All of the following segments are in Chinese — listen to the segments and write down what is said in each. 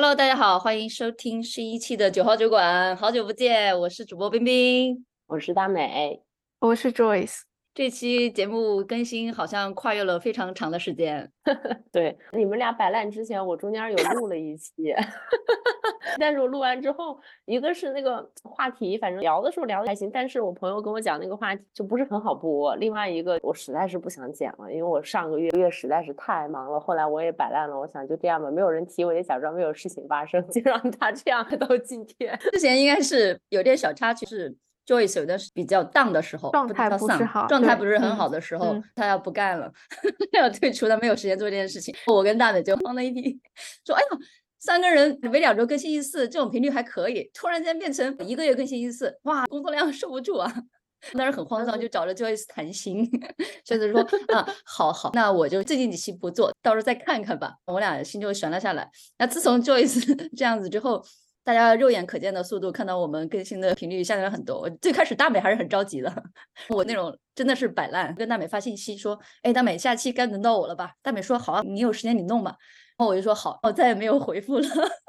Hello，大家好，欢迎收听11期的9号酒馆，好久不见，我是主播冰冰。 我是大美。 我是 Joyce。 这期节目更新好像跨越了非常长的时间。 对，你们俩摆烂之前，我中间有录了一期，但是我录完之后，一个是那个话题，反正聊的时候聊得还行，但是我朋友跟我讲那个话题就不是很好播。另外一个我实在是不想剪了，因为我上个月实在是太忙了，后来我也摆烂了，我想就这样吧，没有人提我也假装没有事情发生，就让他这样到今天。 之前应该是有点小插曲，是 Joyce 有段比较 down 的时候， 状态不知道不是好， 状态不对， 是很好的时候， 嗯， 他要不干了，他要退出，他没有时间做这件事情。我跟大美就慌了一批，说：“哎呀，三个人每2周更新一次，这种频率还可以，突然间变成1个月更新一次，哇，工作量受不住啊！”当时很慌张，就找了 Joyce 谈心。Joyce 说：“啊，好，那我就最近几期不做，到时候再看看吧。”我俩心就悬了下来。那自从 Joyce 这样子之后，大家肉眼可见的速度看到我们更新的频率下降了很多。最开始大美还是很着急的，我那种真的是摆烂，跟大美发信息说：“哎，大美，下期该轮到我了吧？”大美说：“好啊，你有时间你弄吧。”然后我就说：“好。”我再也没有回复了。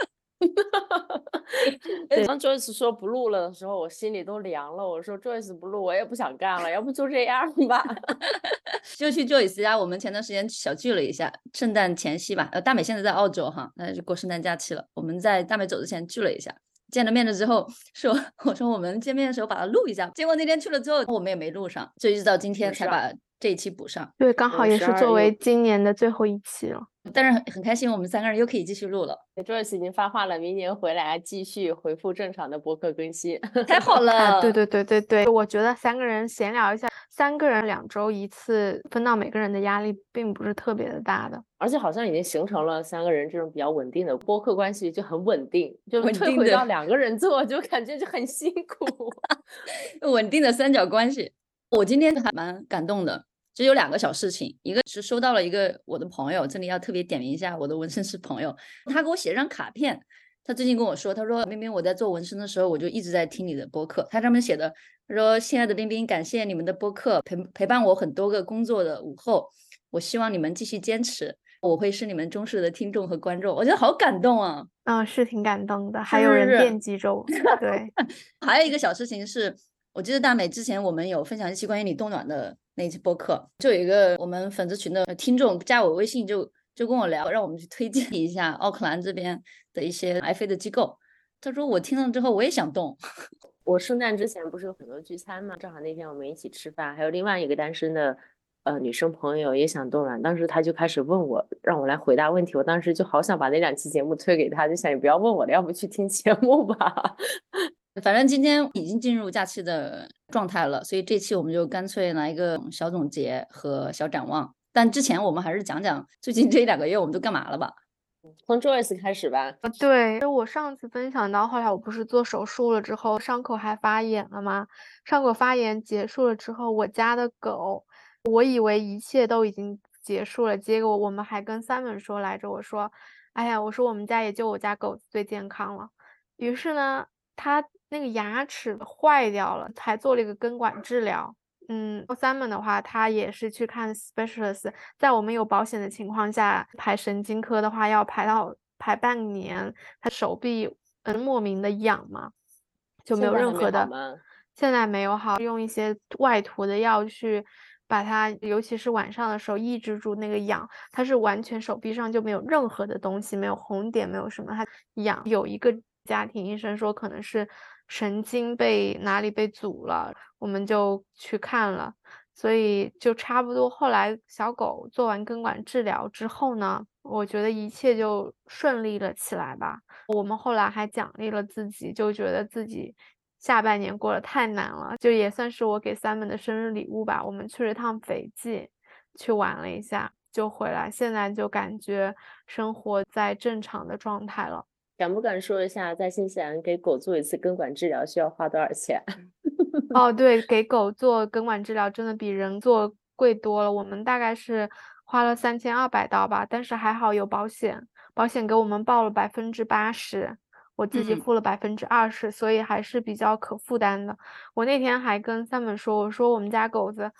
对，当 Joyce 说不录了的时候，我心里都凉了。我说 Joyce 不录，我也不想干了，要不就这样吧。 就去 Joyce 家，我们前段时间小聚了一下，圣诞前夕吧。大美现在在澳洲哈，那就过圣诞假期了。我们在大美走之前聚了一下，见了面了之后说，我说我们见面的时候把它录一下。结果那天去了之后，我们也没录上，就一直到今天才把这一期补上。 对，刚好也是作为今年的最后一期了。 但是很开心，我们3个人又可以继续录了。 Joyce 已经发话了，明年回来继续回复正常的播客更新。 太好了！ 对，我觉得3个人闲聊一下，3个人2周一次，分到每个人的压力并不是特别的大的， 而且好像已经形成了3个人这种比较稳定的播客关系，就很稳定。就退回到2个人做，就感觉就很辛苦。 稳定的3角关系。我今天还蛮感动的。只有2个小事情，一个是收到了一个我的朋友，这里要特别点名一下我的纹身师朋友，他给我写了张卡片。他最近跟我说，他说：“冰冰，我在做纹身的时候，我就一直在听你的播客。”他上面写的，他说：“亲爱的冰冰，感谢你们的播客陪伴我很多个工作的午后，我希望你们继续坚持，我会是你们忠实的听众和观众。”我觉得好感动啊！ 是挺感动的，还有人惦记着我。对， 还有一个小事情是，我记得大美之前我们有分享一期关于你冻卵的那一期播客，就有一个我们粉丝群的听众加我微信就跟我聊，让我们去推荐一下奥克兰这边的一些癌飞的机构。他说我听了之后我也想动。 我圣诞之前不是有很多聚餐嘛，正好那天我们一起吃饭，还有另外一个单身的女生朋友也想冻卵，当时他就开始问我，让我来回答问题。我当时就好想把那2期节目推给他，就想你不要问我了，要不去听节目吧。 反正今天已经进入假期的状态了，所以这期我们就干脆来一个小总结和小展望。但之前我们还是讲讲最近这1-2个月我们都干嘛了吧。 从 Joyce 开始吧。 对，我上次分享到后来我不是做手术了之后伤口还发炎了吗？伤口发炎结束了之后，我家的狗，我以为一切都已经结束了，结果我们还跟Simon说来着，我说哎呀，我说我们家也就我家狗最健康了。于是呢，它那个牙齿坏掉了，还做了一个根管治疗。Simon 的话，他也是去看 specialist， 在我们有保险的情况下，排神经科的话要排半年，他手臂莫名的痒嘛，就没有任何的，现在没有好，用一些外涂的药去把它，尤其是晚上的时候抑制住那个痒，它是完全手臂上就没有任何的东西，没有红点，没有什么，它痒。有一个家庭医生说可能是神经哪里被阻了，我们就去看了，所以就差不多。后来小狗做完根管治疗之后呢，我觉得一切就顺利了起来吧。我们后来还奖励了自己，就觉得自己下半年过得太难了，就也算是我给Simon的生日礼物吧。我们去了趟斐济，去玩了一下就回来，现在就感觉生活在正常的状态了。 敢不敢说一下，在新西兰给狗做一次根管治疗需要花多少钱？ 哦，对，给狗做根管治疗真的比人做贵多了。我们大概是花了3200刀吧，但是还好有保险，保险给我们报了80%，我自己付了20%，所以还是比较可负担的。我那天还跟Simon说，我说我们家狗子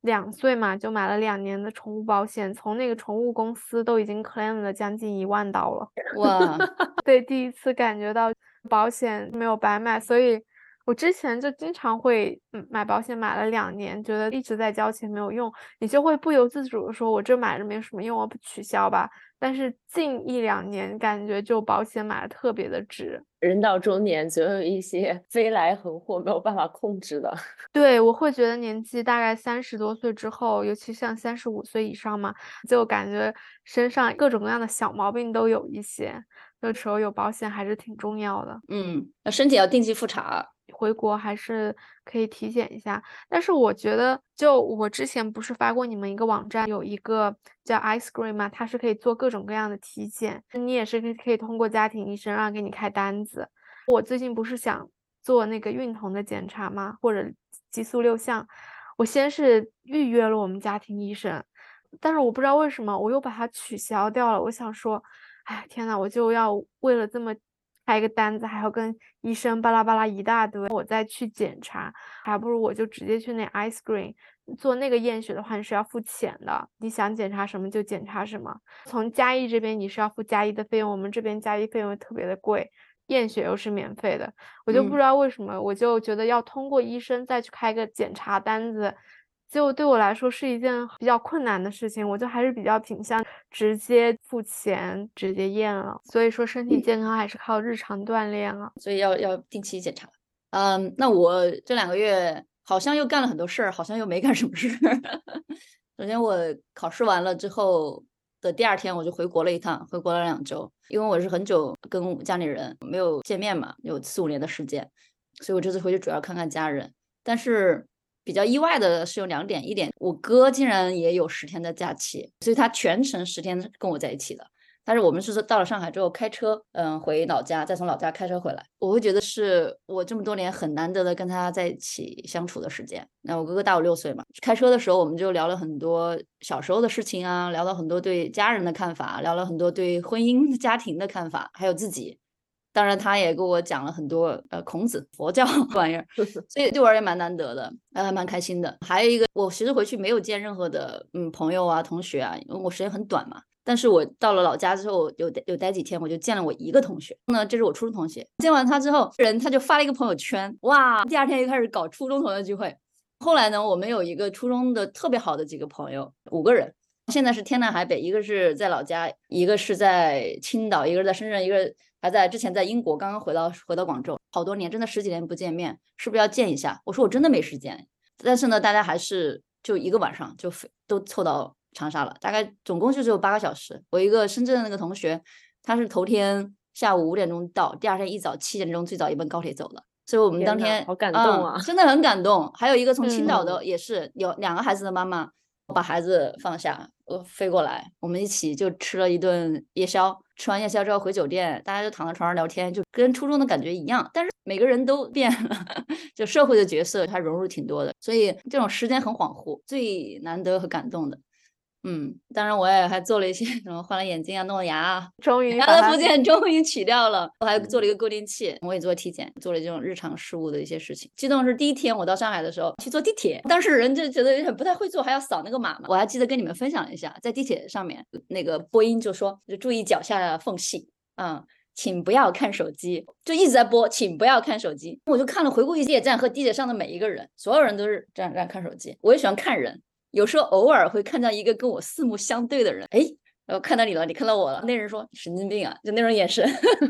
2岁嘛，就买了2年的宠物保险，从那个宠物公司都已经 claim 了将近10000刀了。 哇， 对，第一次感觉到保险没有白买，所以我之前就经常会买保险买了2年，觉得一直在交钱没有用，你就会不由自主的说我这买着没什么用，我不取消吧。但是近1-2年感觉就保险买的特别的值。 人到中年总有一些飞来横祸没有办法控制的。 对，我会觉得年纪大概30多岁之后，尤其像35岁以上嘛，就感觉身上各种各样的小毛病都有一些，有时候有保险还是挺重要的。 那身体要定期复查。 回国还是可以体检一下，但是我觉得就我之前不是发过你们一个网站，有一个叫 iScreen 嘛，它是可以做各种各样的体检，你也是可以通过家庭医生让给你开单子。我最近不是想做那个孕酮的检查吗？或者激素6项，我先是预约了我们家庭医生，但是我不知道为什么我又把它取消掉了。我想说，哎，天呐，我就要为了这么开个单子，还要跟医生巴拉巴拉一大堆，我再去检查，还不如我就直接去那 iScreen 做那个验血的话，你是要付钱的，你想检查什么就检查什么。从嘉义这边你是要付嘉义的费用，我们这边嘉义费用特别的贵，验血又是免费的，我就不知道为什么，我就觉得要通过医生再去开个检查单子，就对我来说是一件比较困难的事情，我就还是比较倾向直接付钱直接验了。所以说身体健康还是靠日常锻炼了。 所以要定期检查。那我这2个月好像又干了很多事儿，好像又没干什么事儿。首先我考试完了之后的第2天我就回国了一趟，回国了2周，因为我是很久跟家里人没有见面嘛，有4-5年的时间，所以我这次回去主要看看家人。但是比较意外的是有2点，一点我哥竟然也有10天的假期，所以他全程10天跟我在一起的。但是我们是到了上海之后开车回老家，再从老家开车回来，我会觉得是我这么多年很难得的跟他在一起相处的时间。那我哥哥大我6岁嘛，开车的时候我们就聊了很多小时候的事情啊，聊了很多对家人的看法，聊了很多对婚姻家庭的看法，还有自己。当然他也给我讲了很多孔子佛教玩意儿，所以对我而言蛮难得的，蛮开心的。还有一个，我其实回去没有见任何的朋友啊同学啊，因为我时间很短嘛。但是我到了老家之后有待几天，我就见了我一个同学，这是我初中同学。见完他之后，他就发了一个朋友圈，哇，第2天就开始搞初中同学聚会。后来呢，我们有一个初中的特别好的几个朋友，5个人，现在是天南海北，一个是在老家，一个是在青岛，一个是在深圳，一个还在之前在英国，刚刚回到广州，好多年，真的10几年不见面，是不是要见一下？我说我真的没时间，但是呢，大家还是就一个晚上就都凑到长沙了，大概总共就只有8个小时。我一个深圳的那个同学，他是头天下午5点钟到，第2天一早7点钟最早一班高铁走的，所以我们当天好感动啊， 真的很感动。还有一个从青岛的，也是有2个孩子的妈妈，把孩子放下，飞过来，我们一起就吃了一顿夜宵。吃完夜宵之后回酒店，大家就躺在床上聊天，就跟初中的感觉一样，但是每个人都变了，就社会的角色它融入挺多的，所以这种时间很恍惚，最难得和感动的。当然我也还做了一些什么，换了眼镜啊，弄了牙啊， 终于牙的附件终于取掉了，我还做了一个固定器，我也做体检，做了这种日常事务的一些事情。激动是第1天我到上海的时候去坐地铁，当时人就觉得有点不太会坐，还要扫那个码嘛，我还记得跟你们分享一下，在地铁上面那个播音就说就注意脚下的缝隙，请不要看手机，就一直在播，请不要看手机。我就看了回顾地铁站和地铁上的每一个人，所有人都是这样看手机。我也喜欢看人，有时候偶尔会看到一个跟我四目相对的人，我看到你了，你看到我了，那人说神经病啊，就那种眼神。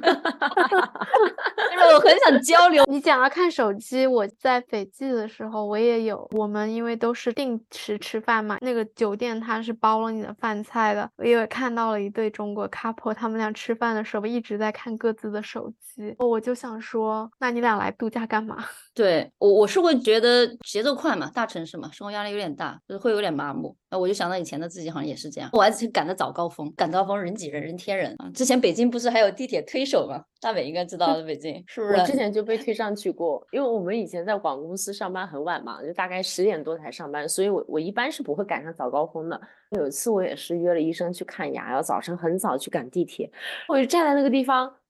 就是我很想交流。 你讲到看手机，我在斐济的时候我也有，我们因为都是定时吃饭嘛，那个酒店它是包了你的饭菜的，我也看到了一对中国 couple， 他们俩吃饭的时候一直在看各自的手机，我就想说，那你俩来度假干嘛？ 对，我是会觉得节奏快嘛，大城市嘛，生活压力有点大，就是会有点麻木。那我就想到以前的自己好像也是这样，我还是赶着早高峰，赶高峰人挤人，人贴人啊。之前北京不是还有地铁推手吗？大美应该知道的，北京是不是？ 我之前就被推上去过，因为我们以前在广告公司上班很晚嘛，就大概10点多才上班，所以我一般是不会赶上早高峰的。有一次我也是约了医生去看牙，要早上很早去赶地铁，我就站在那个地方。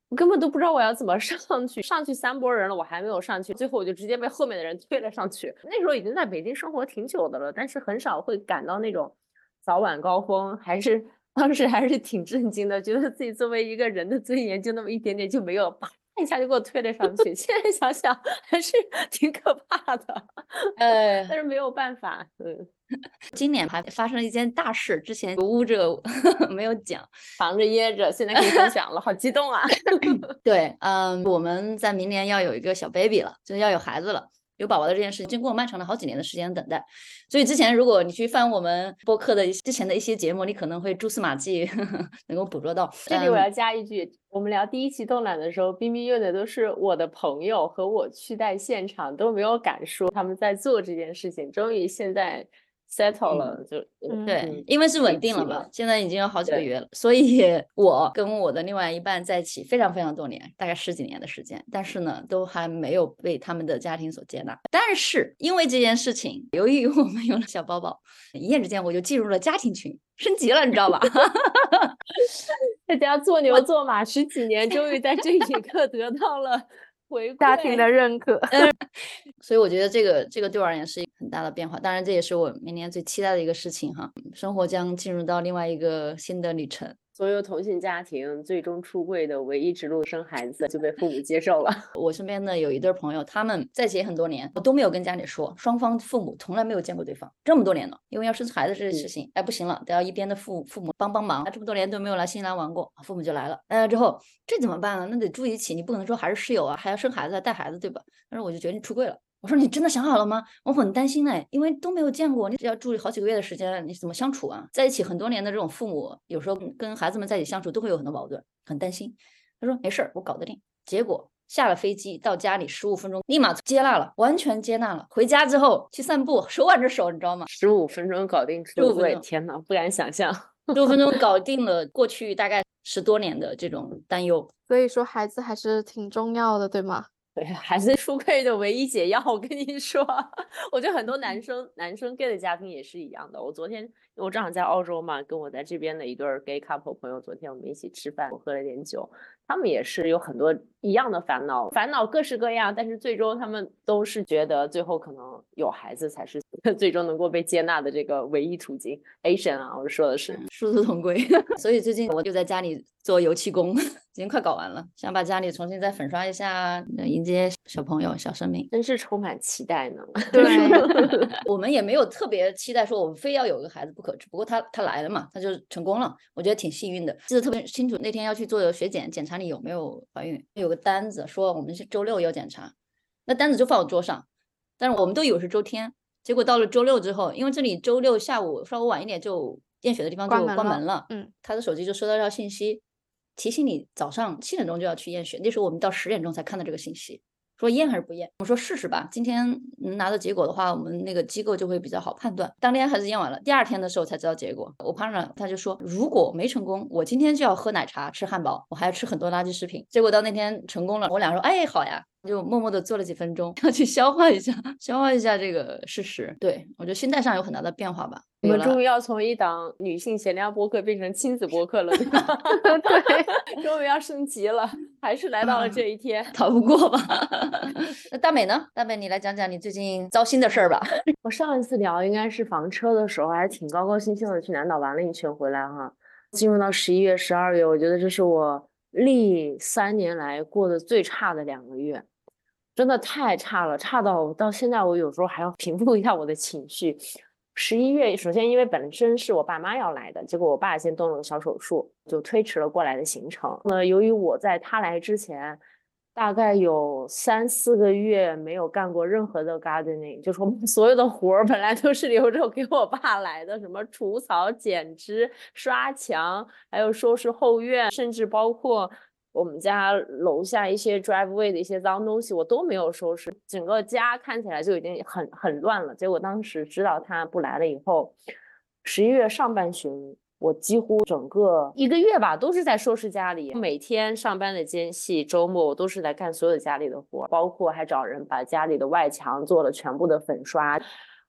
我根本都不知道我要怎么上去，上去3拨人了，我还没有上去，最后我就直接被后面的人推了上去。那时候已经在北京生活挺久的了，但是很少会赶到那种早晚高峰，当时还是挺震惊的，觉得自己作为一个人的尊严就那么一点点就没有，啪一下就给我推了上去。现在想想还是挺可怕的，但是没有办法。 今年还发生了一件大事，之前捂着没有讲， 藏着掖着，现在可以分享了，好激动啊！ 对，我们在明年要有一个小 baby 了，就是要有孩子了。有宝宝的这件事，经过漫长的好几年的时间等待，所以之前如果你去翻我们播客的之前的一些节目，你可能会蛛丝马迹能够捕捉到。 这里我要加一句，我们聊第1期动览的时候，彬彬用的都是我的朋友和我去在现场，都没有敢说他们在做这件事情。终于现在 settle 了， 对，因为是稳定了嘛，现在已经有好几个月了，所以我跟我的另外一半在一起非常非常多年，大概10几年的时间，但是呢，都还没有被他们的家庭所接纳。但是因为这件事情，由于我们有了小宝宝，一夜之间我就进入了家庭群，升级了，你知道吧？ 在家做牛做马10几年，终于在这一刻得到了回馈， 家庭的认可。 所以我觉得这个对我而言是一个很大的变化，当然这也是我明年最期待的一个事情哈，生活将进入到另外一个新的旅程。 所有同性家庭最终出柜的唯一之路生孩子就被父母接受了。 我身边的有一对朋友，他们在一起很多年，我都没有跟家里说，双方父母从来没有见过对方，这么多年了，因为要生孩子这件事情，哎不行了，得要一边的父母帮忙，这么多年都没有来新西兰玩过，父母就来了，之后这怎么办呢？那得住一起，你不可能说还是室友啊，还要生孩子带孩子，对吧？但是我就决定出柜了。我说你真的想好了吗？我很担心哎，因为都没有见过，你只要住好几个月的时间，你怎么相处啊？在一起很多年的这种父母，有时候跟孩子们在一起相处都会有很多矛盾，很担心。他说没事儿，我搞得定。结果下了飞机到家里15分钟，立马接纳了，完全接纳了。回家之后去散步，手挽着手，你知道吗 ？15分钟搞定出柜，天哪，不敢想象。 15分钟搞定了过去大概10多年的这种担忧。 所以说孩子还是挺重要的，对吗？ 对，孩子出柜的唯一解药，我跟你说，我觉得很多男生 gay 的家庭也是一样的。我昨天我正好在澳洲嘛，跟我在这边的一对 gay couple 朋友，昨天我们一起吃饭，我喝了点酒，他们也是有很多一样的烦恼各式各样，但是最终他们都是觉得最后可能有孩子才是最终能够被接纳的这个唯一途径。Asian 啊，我说的是殊途同归。所以最近我就在家里做油漆工，已经快搞完了，想把家里重新再粉刷一下，迎接小朋友小生命， 真是充满期待呢。 对， 我们也没有特别期待说我们非要有个孩子不可，只不过他来了嘛，他就成功了，我觉得挺幸运的。记得特别清楚，那天要去做血检，检查你有没有怀孕，有个单子说我们是周6要检查，那单子就放我桌上，但是我们都以为是周天，结果到了周6之后，因为这里周6下午稍微晚一点就验血的地方就关门了，他的手机就收到一条信息，提醒你早上7点钟就要去验血。那时候我们到10点钟才看到这个信息，说验还是不验？我说试试吧，今天拿到结果的话，我们那个机构就会比较好判断。当天还是验完了，第2天的时候才知道结果。我partner他就说，如果没成功，我今天就要喝奶茶、吃汉堡，我还要吃很多垃圾食品。结果到那天成功了，我俩说，哎，好呀。就默默的做了几分钟，要去消化一下这个事实。对，我觉得心态上有很大的变化吧。 我们终于要从一档女性闲聊播客变成亲子播客了，对吧？ 对， 终于要升级了，还是来到了这一天， 逃不过吧？那大美呢？大美，你来讲讲你最近糟心的事儿吧。 我上一次聊应该是房车的时候，还是挺高高兴兴的去南岛玩了一圈回来哈。进入到11月、12月，我觉得这是我历3年来过得最差的2个月。真的太差了，差到现在，我有时候还要平复一下我的情绪。11月，首先因为本身是我爸妈要来的，结果我爸先动了个小手术，就推迟了过来的行程。由于我在他来之前，大概有3、4个月没有干过任何的 gardening， 就是我们所有的活儿本来都是留着给我爸来的，什么除草、剪枝、刷墙，还有收拾后院，甚至包括我们家楼下一些 driveway 的一些脏东西我都没有收拾，整个家看起来就已经很乱了。结果当时知道他不来了以后，11月上半旬我几乎整个1个月吧都是在收拾家里，每天上班的间隙周末我都是在干所有的家里的活，包括还找人把家里的外墙做了全部的粉刷。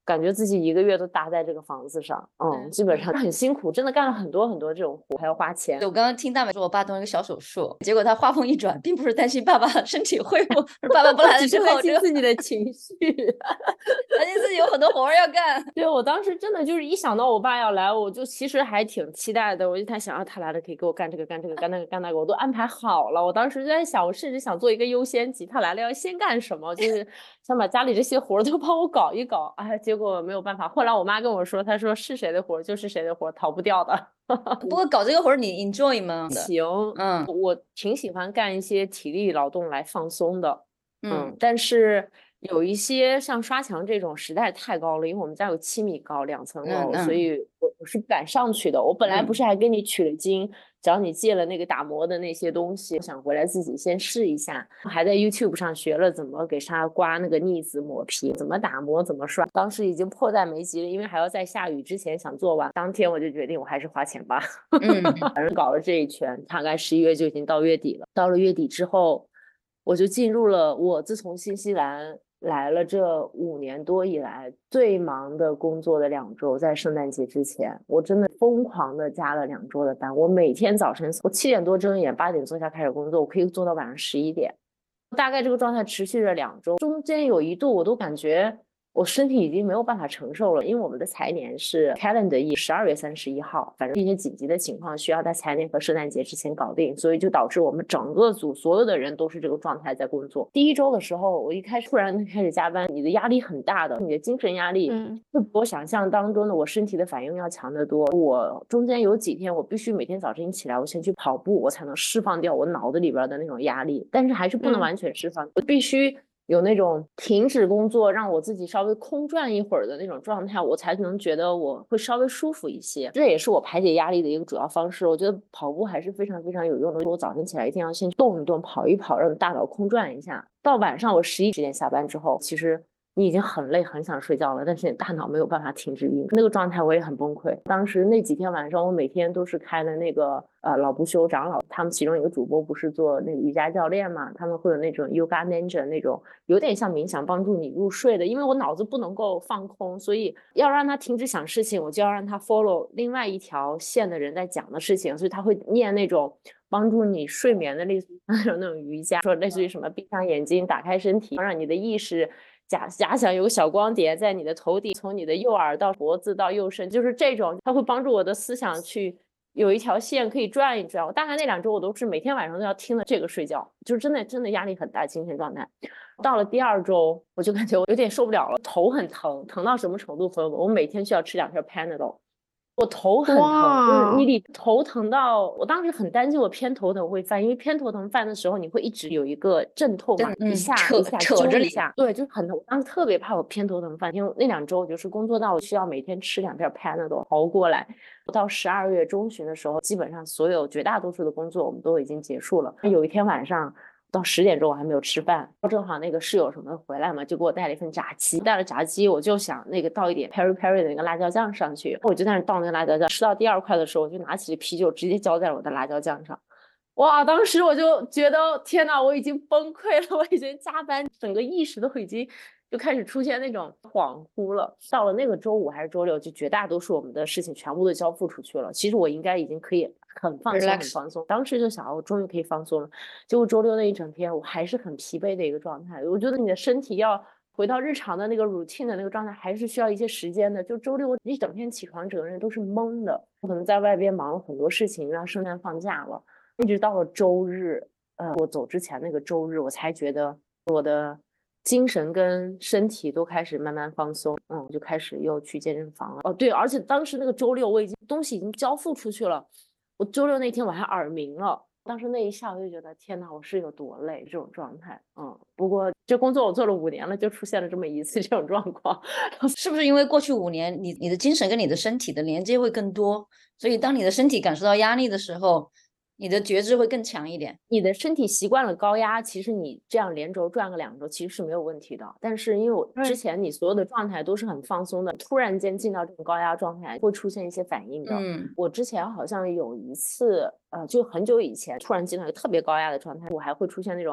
感觉自己1个月都搭在这个房子上，基本上很辛苦，真的干了很多很多这种活，还要花钱。 我刚刚听大美说我爸动了一个小手术，结果他话锋一转，并不是担心爸爸身体恢复，是爸爸不来了只是之后， 担心自己的情绪， 担心自己有很多活儿要干。 对，我当时真的就是一想到我爸要来，我就其实还挺期待的。我就在想啊，他来了可以给我干这个干这个干那个干那个，我都安排好了。我当时就在想，我甚至想做一个优先级，他来了要先干什么，就是想把家里这些活儿都帮我搞一搞。哎，结果没有办法。后来我妈跟我说，她说是谁的活儿就是谁的活儿，逃不掉的。 不过搞这个活儿你 enjoy 吗？ 行，我挺喜欢干一些体力劳动来放松的，但是有一些像刷墙这种实在太高了，因为我们家有7米高2层楼，所以我是不敢上去的。我本来不是还跟你取了经，找你借了那个打磨的那些东西，想回来自己先试一下，还在 YouTube 上学了怎么给它刮那个腻子磨皮，怎么打磨怎么刷。当时已经迫在眉睫了，因为还要在下雨之前想做完。当天我就决定我还是花钱吧，反正搞了这一圈，大概11月就已经到月底了。到了月底之后，我就进入了我自从新西兰来了这5年多以来最忙的工作的2周，在圣诞节之前，我真的疯狂的加了2周的班。我每天早晨我7点多睁眼，8点坐下开始工作，我可以做到晚上11点，大概这个状态持续了2周。中间有一度我都感觉我身体已经没有办法承受了，因为我们的财年是 calendar year 12月31号，反正一些紧急的情况需要在财年和圣诞节之前搞定，所以就导致我们整个组所有的人都是这个状态在工作。第1周的时候，我一开始突然开始加班，你的压力很大的，你的精神压力会比我想象当中的我身体的反应要强得多。我中间有几天我必须每天早晨一起来，我先去跑步，我才能释放掉我脑子里边的那种压力，但是还是不能完全释放，我必须有那种停止工作让我自己稍微空转一会儿的那种状态，我才能觉得我会稍微舒服一些。这也是我排解压力的一个主要方式。我觉得跑步还是非常非常有用的，我早晨起来一定要先动一动，跑一跑，让大脑空转一下。到晚上我11点下班之后，其实你已经很累很想睡觉了，但是你大脑没有办法停止运转，那个状态我也很崩溃。当时那几天晚上我每天都是开了那个老不休长老，他们其中一个主播不是做那个瑜伽教练嘛，他们会有那种 Yoga Ninja 那种有点像冥想帮助你入睡的。因为我脑子不能够放空，所以要让他停止想事情，我就要让他 follow 另外一条线的人在讲的事情，所以他会念那种帮助你睡眠的类似于那种瑜伽，说类似于什么闭上眼睛打开身体，让你的意识假想有个小光点在你的头顶，从你的右耳到脖子到右身，就是这种，它会帮助我的思想去有一条线可以转一转。我大概那2周我都是每天晚上都要听着这个睡觉，就是真的压力很大，精神状态。到了第2周，我就感觉我有点受不了了，头很疼，疼到什么程度，朋友们，我每天需要吃2片 Panadol。我头很疼，就是你得头疼到，我当时很担心我偏头疼会犯，因为偏头疼犯的时候，你会一直有一个阵痛嘛，一下一下扯着一下，对，就是很疼。我当时特别怕我偏头疼犯，因为那2周就是工作到我需要每天吃2片 Panadol 熬过来。到12月中旬的时候，基本上绝大多数的工作我们都已经结束了。有一天晚上到10点钟我还没有吃饭，正好那个室友什么的回来嘛，就给我带了一份炸鸡。带了炸鸡，我就想那个倒一点 peri peri 的那个辣椒酱上去，我就在那倒那个辣椒酱。吃到第2块的时候，我就拿起啤酒直接浇在了我的辣椒酱上。哇，当时我就觉得天哪，我已经崩溃了，我已经加班，整个意识都已经就开始出现那种恍惚了。到了那个周5还是周6，就绝大多数我们的事情全部都交付出去了。其实我应该已经可以很放松很放松，当时就想我终于可以放松了。结果周6那一整天我还是很疲惫的一个状态。我觉得你的身体要回到日常的那个 routine 的那个状态还是需要一些时间的。就周6我一整天起床整个人都是懵的，我可能在外边忙了很多事情，让圣诞放假了，一直到了周日我走之前那个周日，我才觉得我的精神跟身体都开始慢慢放松，就开始又去健身房了。哦，对，而且当时那个周6我东西已经交付出去了，我周6那天我还耳鸣了。当时那一下我就觉得天哪，我是有多累这种状态。不过这工作我做了5年了，就出现了这么一次这种状况。 是不是因为过去5年你的精神跟你的身体的连接会更多，所以当你的身体感受到压力的时候，你的觉知会更强一点？ 你的身体习惯了高压，其实你这样连轴转个2周其实是没有问题的。但是因为我之前你所有的状态都是很放松的，突然间进到这种高压状态会出现一些反应的。我之前好像有一次就很久以前突然进到一个特别高压的状态，我还会出现那种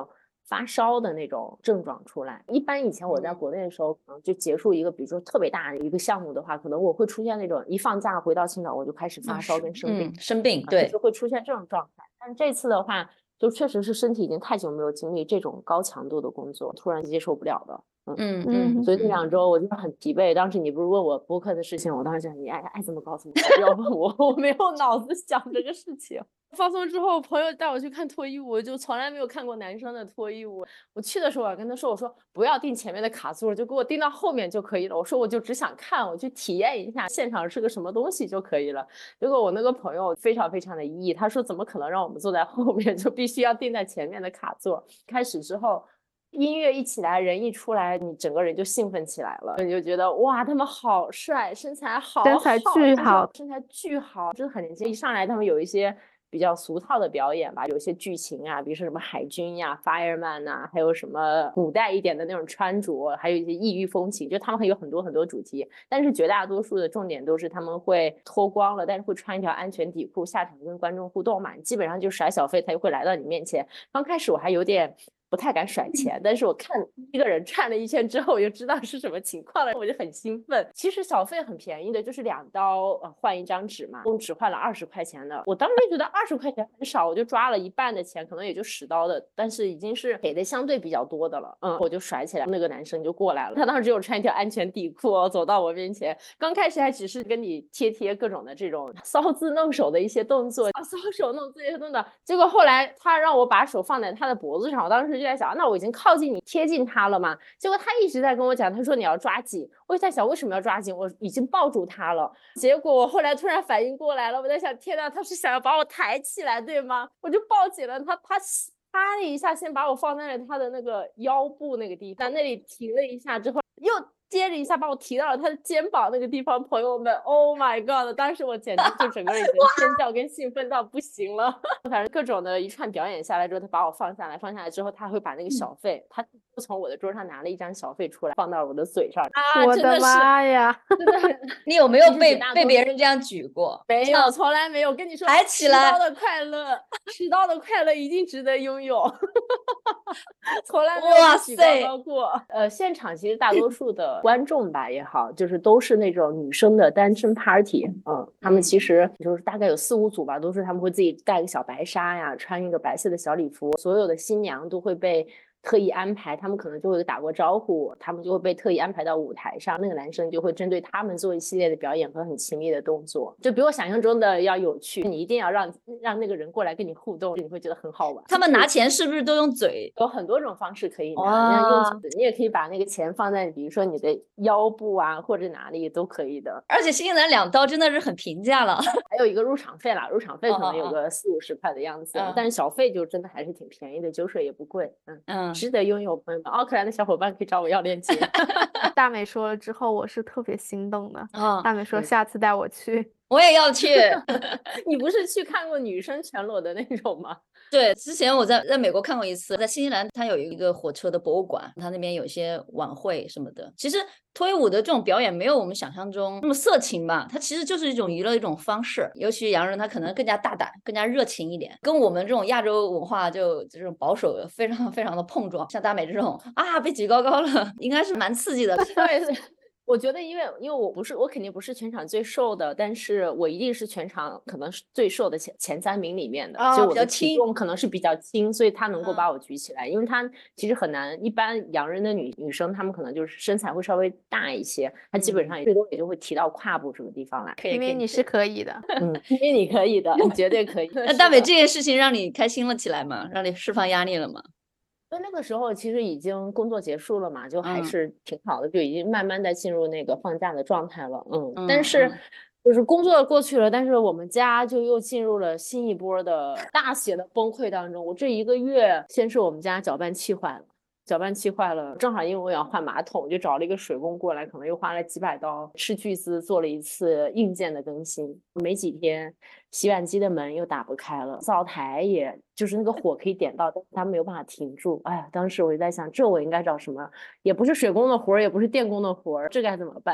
发烧的那种症状出来。一般以前我在国内的时候，可能就结束一个比如说特别大的一个项目的话，可能我会出现那种一放假回到青岛我就开始发烧跟生病， 生病， 对，就会出现这种状态。但是这次的话，就确实是身体已经太久没有经历这种高强度的工作，突然接受不了的。所以那2周我就很疲惫。当时你不是问我播客的事情，我当时想你爱怎么搞怎么搞，不要问我，我没有脑子想这个事情。放松之后，朋友带我去看脱衣舞，我就从来没有看过男生的脱衣舞。我去的时候，我跟他说，我说不要订前面的卡座，就给我订到后面就可以了。我说我就只想看，我去体验一下现场是个什么东西就可以了。结果我那个朋友非常非常的异议，他说怎么可能让我们坐在后面，就必须要订在前面的卡座。开始之后，音乐一起来，人一出来，你整个人就兴奋起来了，你就觉得哇，他们好帅，身材好， 身材巨好， 身材巨好，真的很年轻。一上来他们有一些比较俗套的表演吧，有些剧情啊，比如说什么海军呀、fireman 啊，还有什么古代一点的那种穿着，还有一些异域风情，就他们会有很多很多主题，但是绝大多数的重点都是他们会脱光了，但是会穿一条安全底裤下场跟观众互动嘛，基本上就甩小费，他就会来到你面前。刚开始我还有点不太敢甩钱，但是我看一个人转了一圈之后，我就知道是什么情况了，我就很兴奋。其实小费很便宜的，就是2刀换一张纸嘛，我只换了20块钱的。我当时觉得20块钱很少，我就抓了一半的钱，可能也就10刀的，但是已经是给的相对比较多的了。我就甩起来，那个男生就过来了，他当时只有穿一条安全底裤走到我面前，刚开始还只是跟你贴各种的这种搔姿弄手的一些动作，搔首弄姿这些动作，结果后来他让我把手放在他的脖子上，我当时就在想，那我已经靠近你贴近他了嘛，结果他一直在跟我讲，他说你要抓紧，我就在想为什么要抓紧，我已经抱住他了，结果我后来突然反应过来了，我在想天哪，他是想要把我抬起来对吗？我就抱紧了他，他啪的一下先把我放在了他的那个腰部那个地方，在那里停了一下之后又接着一下把我提到了他的肩膀那个地方，朋友们 ，Oh my God！ 当时我简直就整个人已经尖叫跟兴奋到不行了。反正各种的一串表演下来之后，他把我放下来，放下来之后，他会把那个小费，他就从我的桌上拿了一张小费出来，放到了我的嘴上。 我的妈呀！ 真的， 你有没有被别人这样举过？ 没有，从来没有。跟你说， 抬起来 ，10刀的快乐，10刀的快乐一定值得拥有。从来没有举高过。现场其实大多数的观众吧也好，就是都是那种女生的单身 party，他们其实就是大概有4、5组吧，都是他们会自己带个小白纱呀，穿一个白色的小礼服，所有的新娘都会被特意安排，他们可能就会打过招呼，他们就会被特意安排到舞台上，那个男生就会针对他们做一系列的表演和很亲密的动作，就比我想象中的要有趣，你一定要让那个人过来跟你互动，你会觉得很好玩。 他们拿钱是不是都用嘴？ 有很多种方式可以拿，用嘴，你也可以把那个钱放在比如说你的腰部啊或者哪里都可以的。 而且新西兰2刀真的是很平价了。 还有一个入场费啦，入场费可能有个40、50块的样子，但是小费就真的还是挺便宜的，酒水也不贵，值得拥有。朋友们，奥克兰的小伙伴可以找我要链接。 大美说了之后，我是特别心动的。大美说下次带我去， 我也要去。 你不是去看过女生全裸的那种吗？ 对，之前我在美国看过一次，在新西兰它有一个火车的博物馆，它那边有一些晚会什么的。其实脱衣舞的这种表演没有我们想象中那么色情吧，它其实就是一种娱乐一种方式，尤其洋人他可能更加大胆更加热情一点，跟我们这种亚洲文化就这种保守非常非常的碰撞。像大美这种被举高了，应该是蛮刺激的。 对，我觉得因为我肯定不是全场最瘦的，但是我一定是全场可能是最瘦的前3名里面的，所以我的体重可能是比较轻，所以他能够把我举起来，因为他其实很难，一般洋人的女生他们可能就是身材会稍微大一些，他基本上最多也就会提到胯部这个地方来。 因为你是可以的， 因为你可以的，你绝对可以。 那大美这件事情让你开心了起来吗？让你释放压力了吗？ 那个时候其实已经工作结束了嘛，就还是挺好的，就已经慢慢的进入那个放假的状态了。但是就是工作过去了，但是我们家就又进入了新一波的大写的崩溃当中。我这1个月，先是我们家搅拌器坏了，正好因为我要换马桶，就找了一个水工过来，可能又花了几百刀，斥巨资做了一次硬件的更新。没几天，洗碗机的门又打不开了，灶台也就是那个火可以点到，但是它没有办法停住。哎呀，当时我就在想，这我应该找什么？也不是水工的活儿，也不是电工的活儿，这该怎么办？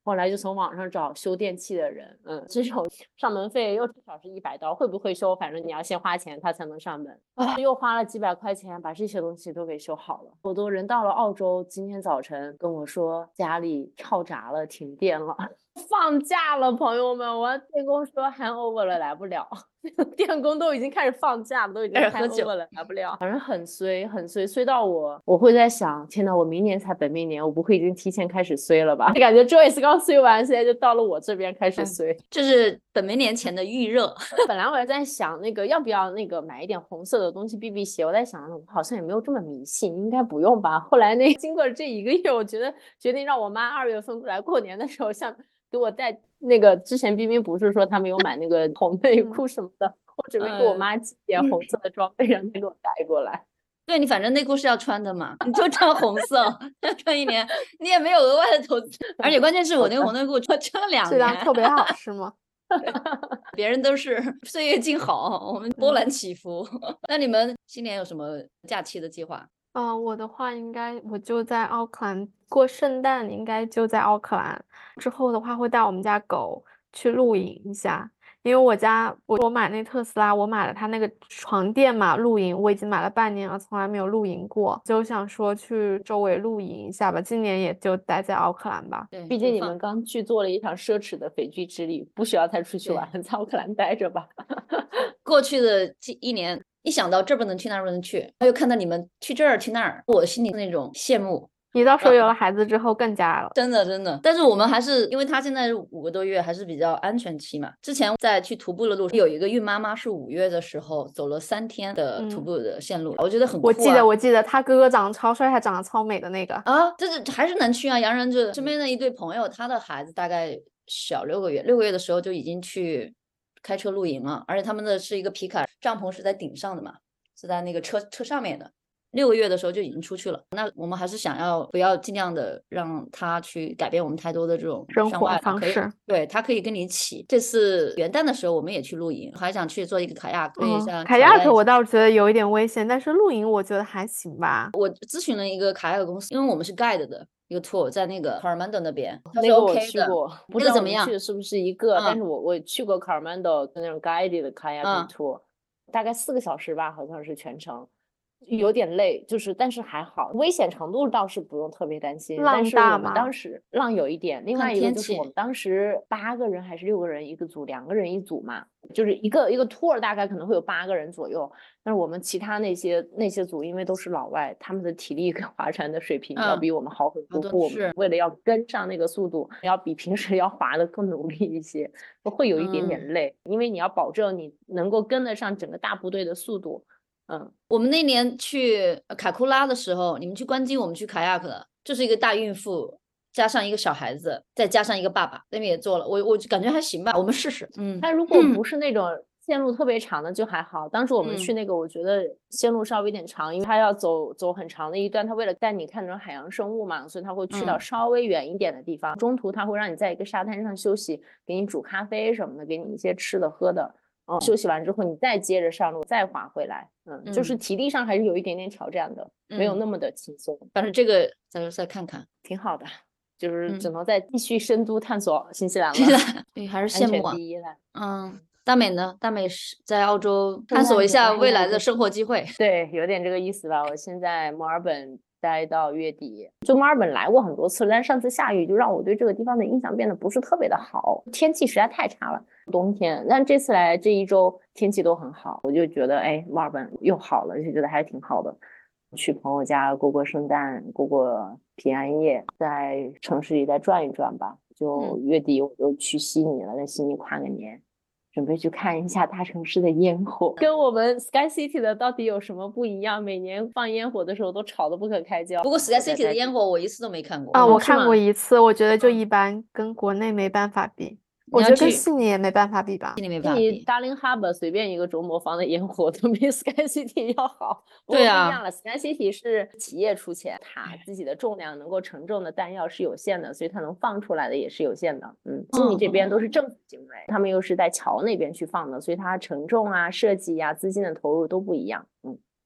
后来就从网上找修电器的人，这种上门费又至少是$100，会不会修，反正你要先花钱他才能上门，又花了几百块钱把这些东西都给修好了。我都人到了澳洲，今天早晨跟我说家里跳闸了，停电了。放假了，朋友们，我电工说 handover 了，来不了。电工都已经开始放假了，都已经 handover 了，来不了。反正很衰，很衰，衰到我会在想，天哪，我明年才本命年，我不会已经提前开始衰了吧？感觉 Joyce 刚衰完，现在就到了我这边开始衰。 这是本命年前的预热。 本来我也在想那个要不要那个买一点红色的东西避避邪，我在想我好像也没有这么迷信，应该不用吧。后来经过这1个月，我觉得决定让我妈2月份过来过年的时候，像给我带那个，之前冰冰不是说他们有买那个红内裤什么的，我准备给我妈寄点红色的装备，让她给我带过来。 对，你反正内裤是要穿的嘛，你就穿红色，穿1年，你也没有额外的投资。而且关键是我那个红内裤穿了2年， 质量特别好，是吗？ 别人都是岁月静好，我们波澜起伏。那你们新年有什么假期的计划？ 我的话应该我就在奥克兰过圣诞，应该就在奥克兰。之后的话会带我们家狗去露营一下，因为我买那特斯拉，我买了它那个床垫嘛，露营我已经买了半年了，从来没有露营过，就想说去周围露营一下吧。今年也就待在奥克兰吧。 对， 毕竟你们刚去做了一场奢侈的斐济之旅，不需要再出去玩，在奥克兰待着吧。 过去的1年。一想到这儿不能去那儿不能去，又看到你们去这儿去那儿，我心里那种羡慕。 你到时候有了孩子之后更加了， 真的真的。但是我们还是因为他现在是5个多月，还是比较安全期嘛。之前在去徒步的路上，有一个孕妈妈是5月的时候走了3天的徒步的线路，我觉得很酷啊。 我记得他哥哥长得超帅，还长得超美的那个啊，这还是能去啊。洋人就身边的一对朋友，他的孩子大概小6个月，6个月的时候就已经去开车露营了，而且他们的是一个皮卡，帐篷是在顶上的嘛，是在那个车上面的。6个月的时候就已经出去了。那我们还是想要不要尽量的让他去改变我们太多的这种生活方式。 对，他可以跟你一起。这次元旦的时候我们也去露营，还想去做一个卡亚克一下。 卡亚克我倒是觉得有一点危险，但是露营我觉得还行吧。 我咨询了一个卡亚克公司，因为我们是 guide 的一个 tour， 在那个 Coromandel 那边， 那个我去过，不知道怎么样？ 去的是不是一个？但是我去过 Coromandel 那种 guided 的 kayak tour，大概4个小时吧，好像是全程。有点累，但是还好，危险程度倒是不用特别担心。 浪大吗？ 但是我们当时浪有一点，另外一个就是我们当时8个人还是6个人一个组，2个人一组嘛，就是一个 tour 大概可能会有8个人左右。但是我们其他那些组，因为都是老外，他们的体力跟划船的水平要比我们好很多。我们为了要跟上那个速度，要比平时要划的更努力一些，会有一点点累，因为你要保证你能够跟得上整个大部队的速度。 我们那年去卡库拉的时候，你们去关机，我们去卡亚克了，就是一个大孕妇加上一个小孩子，再加上一个爸爸，那边也做了，我感觉还行吧，我们试试。 但如果不是那种线路特别长的就还好。当时我们去那个，我觉得线路稍微有点长，因为他要走很长的一段，他为了带你看那种海洋生物嘛，所以他会去到稍微远一点的地方，中途他会让你在一个沙滩上休息，给你煮咖啡什么的，给你一些吃的喝的。休息完之后你再接着上路再滑回来，就是体力上还是有一点点挑战的，没有那么的轻松。 反正这个再看看， 挺好的，就是只能再继续深度探索新西兰了。 对，还是羡慕啊。 第一了。 大美呢？大美是在澳洲探索一下未来的生活机会。 对，有点这个意思吧。我现在墨尔本待到月底，就墨尔本来过很多次了，但上次下雨就让我对这个地方的印象变得不是特别的好，天气实在太差了，冬天。但这次来这1周天气都很好，我就觉得墨尔本又好了，就觉得还挺好的。去朋友家过过圣诞，过过平安夜，在城市里再转一转吧。就月底我就去悉尼了，在悉尼跨个年，准备去看一下大城市的烟火，跟我们 Sky City 的到底有什么不一样？每年放烟火的时候都吵得不可开交。 不过 Sky City 的烟火我一次都没看过。 我看过一次，我觉得就一般，跟国内没办法比。我觉得跟悉尼也没办法比吧。 悉尼没办法比。 Darling Harbour 随便一个周末放的烟火都比 Sky City 要好。 对啊， 不一样了。Sky City 是企业出钱，它自己的重量能够承重的弹药是有限的，所以它能放出来的也是有限的。悉尼这边都是政府行为，他们又是在桥那边去放的，所以它承重啊、设计啊、资金的投入都不一样。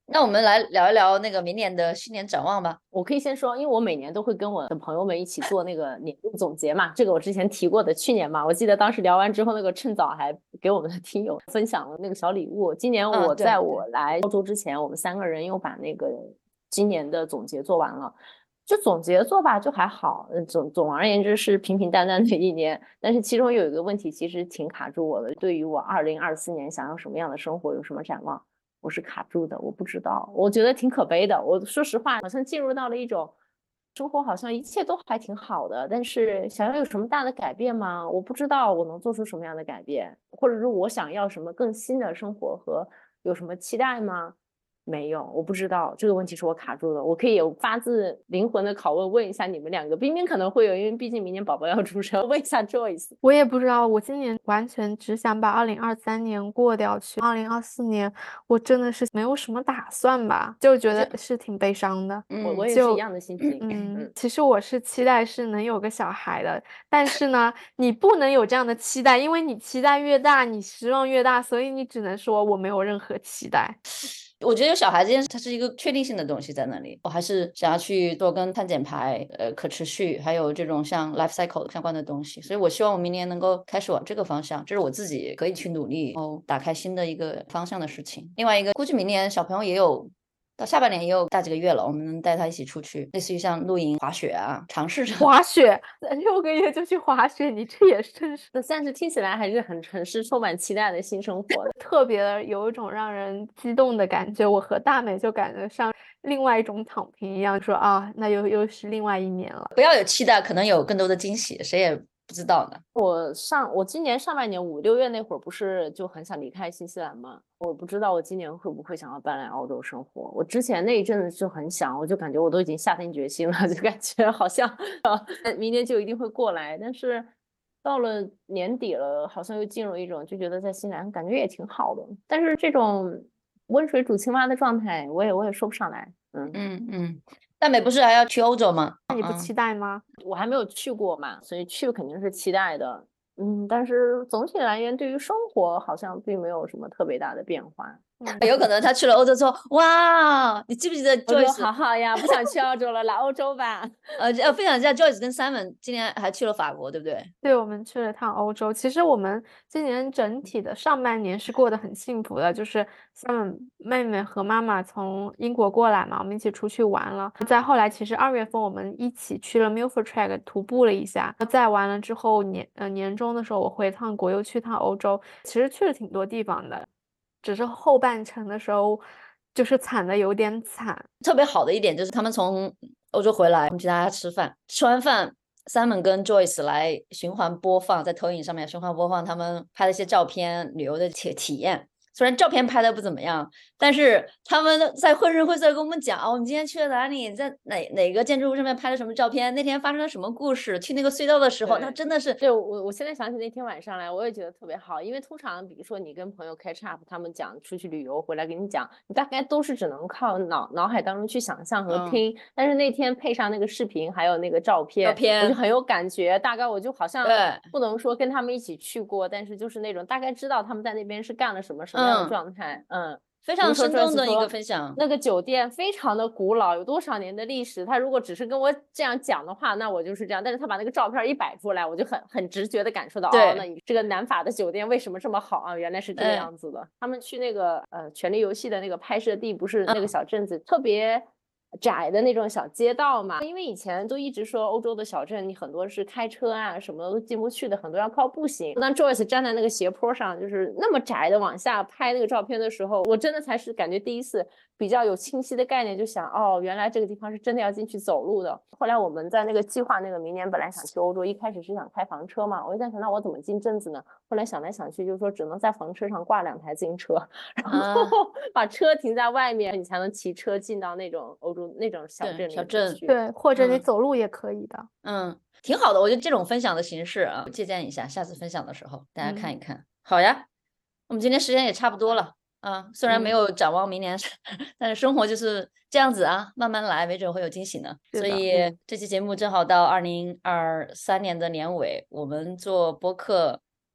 那我们来聊一聊那个明年的新年展望吧。 我可以先说，因为我每年都会跟我的朋友们一起做那个年度总结嘛，这个我之前提过的，去年嘛，我记得当时聊完之后，那个趁早还给我们的听友分享了那个小礼物。今年我对在我来澳洲之前，我们3个人又把那个今年的总结做完了。就总结做吧，就还好，总而言之是平平淡淡的一年。但是其中有一个问题，其实挺卡住我的。对于我2024年想要什么样的生活，有什么展望，我是卡住的，我不知道，我觉得挺可悲的。我说实话，好像进入到了一种生活，好像一切都还挺好的，但是想要有什么大的改变吗？我不知道我能做出什么样的改变，或者是我想要什么更新的生活和有什么期待吗？没有，我不知道这个问题是我卡住的。我可以有发自灵魂的拷问，问一下你们2个。冰冰可能会有，因为毕竟明年宝宝要出生。问一下 Joyce， 我也不知道，我今年完全只想把2023年过掉去，2024年我真的是没有什么打算吧，就觉得是挺悲伤的。 我也是一样的心情。 其实我是期待是能有个小孩的，但是呢，你不能有这样的期待，因为你期待越大，你失望越大，所以你只能说我没有任何期待。 我觉得有小孩这件事，它是一个确定性的东西在那里。我还是想要去做跟碳减排、可持续，还有这种像 life cycle 相关的东西。所以我希望我明年能够开始往这个方向，这是我自己可以去努力，然后打开新的一个方向的事情。另外一个，估计明年小朋友也有。到下半年也有大几个月了，我们能带他一起出去，类似于像露营、滑雪啊，尝试着滑雪，6个月就去滑雪，你这也真是但是听起来还是很是充满期待的新生活的。 特别的有一种让人激动的感觉。我和大美就感觉像另外一种躺平一样，说啊，那又是另外一年了。 不要有期待，可能有更多的惊喜，谁也不知道呢。 我今年上半年5、6月那会儿不是就很想离开新西兰吗？我不知道我今年会不会想要搬来澳洲生活。我之前那一阵子就很想，我就感觉我都已经下定决心了，就感觉好像明年就一定会过来。但是到了年底了，好像又进入一种就觉得在新西兰感觉也挺好的，但是这种温水煮青蛙的状态，我也说不上来。 大美不是还要去欧洲吗？ 那你不期待吗？ 我还没有去过嘛，所以去肯定是期待的。但是总体而言，对于生活好像并没有什么特别大的变化。 有可能他去了欧洲之后，哇，你记不记得 Joyce？ 好好呀，不想去澳洲了，来欧洲吧。 分享一下 Joyce 跟 Simon 今年还去了法国，对不对？ 对，我们去了趟欧洲。其实我们今年整体的上半年是过得很幸福的，就是 Simon 妹妹和妈妈从英国过来嘛，我们一起出去玩了。再后来，其实2月份我们一起去了 Milford Track 徒步了一下。再完了之后，年中的时候我回趟国，又去趟欧洲，其实去了挺多地方的。只是后半程的时候，就是惨的有点惨。 特别好的一点就是他们从欧洲回来，我们请大家吃饭，吃完饭，Simon 跟 Joyce 来循环播放，在投影上面循环播放他们拍的一些照片、旅游的体验。虽然照片拍的不怎么样，但是他们在绘声绘色跟我们讲，我们今天去了哪里，在哪个建筑物上面拍了什么照片，那天发生了什么故事，去那个隧道的时候，那真的是对我现在想起那天晚上来，我也觉得特别好，因为通常比如说你跟朋友 catch up，他们讲出去旅游回来给你讲，你大概都是只能靠脑海当中去想象和听，但是那天配上那个视频还有那个照片，我就很有感觉。大概我就好像不能说跟他们一起去过，但是就是那种大概知道他们在那边是干了什么样的状态。 非常生动的一个分享。 那个酒店非常的古老，有多少年的历史，他如果只是跟我这样讲的话，那我就是这样，但是他把那个照片一摆出来，我就很直觉的感受到，哦，那你这个南法的酒店为什么这么好啊？原来是这个样子的。他们去那个权力游戏的那个拍摄地，不是那个小镇子特别窄的那种小街道嘛，因为以前都一直说欧洲的小镇你很多是开车啊什么都进不去的，很多要靠步行。当 Joyce 站在那个斜坡上，就是那么窄的往下拍那个照片的时候，我真的才是感觉第一次比较有清晰的概念，就想哦，原来这个地方是真的要进去走路的。后来我们在那个计划那个明年本来想去欧洲，一开始是想开房车嘛，我就在想那我怎么进镇子呢？后来想来想去，就是说只能在房车上挂2台自行车，然后把车停在外面，你才能骑车进到那种欧洲那种小镇里去。 对，或者你走路也可以的。 挺好的，我觉得这种分享的形式啊，借鉴一下，下次分享的时候大家看一看。好呀，我们今天时间也差不多了啊，虽然没有展望明年，但是生活就是这样子啊，慢慢来，没准会有惊喜呢。所以这期节目正好到2023年的年尾，我们做播客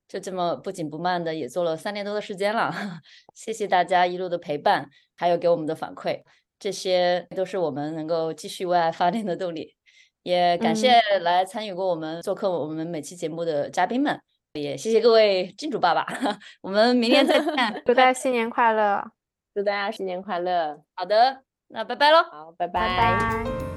就这么不紧不慢的也做了3年多的时间了。谢谢大家一路的陪伴，还有给我们的反馈，这些都是我们能够继续为爱发电的动力。也感谢来参与过我们做客我们每期节目的嘉宾们，也谢谢各位金主爸爸。我们明年再见。 祝大家新年快乐！ 祝大家新年快乐！ 好的，那拜拜喽。 好，拜拜拜。 拜。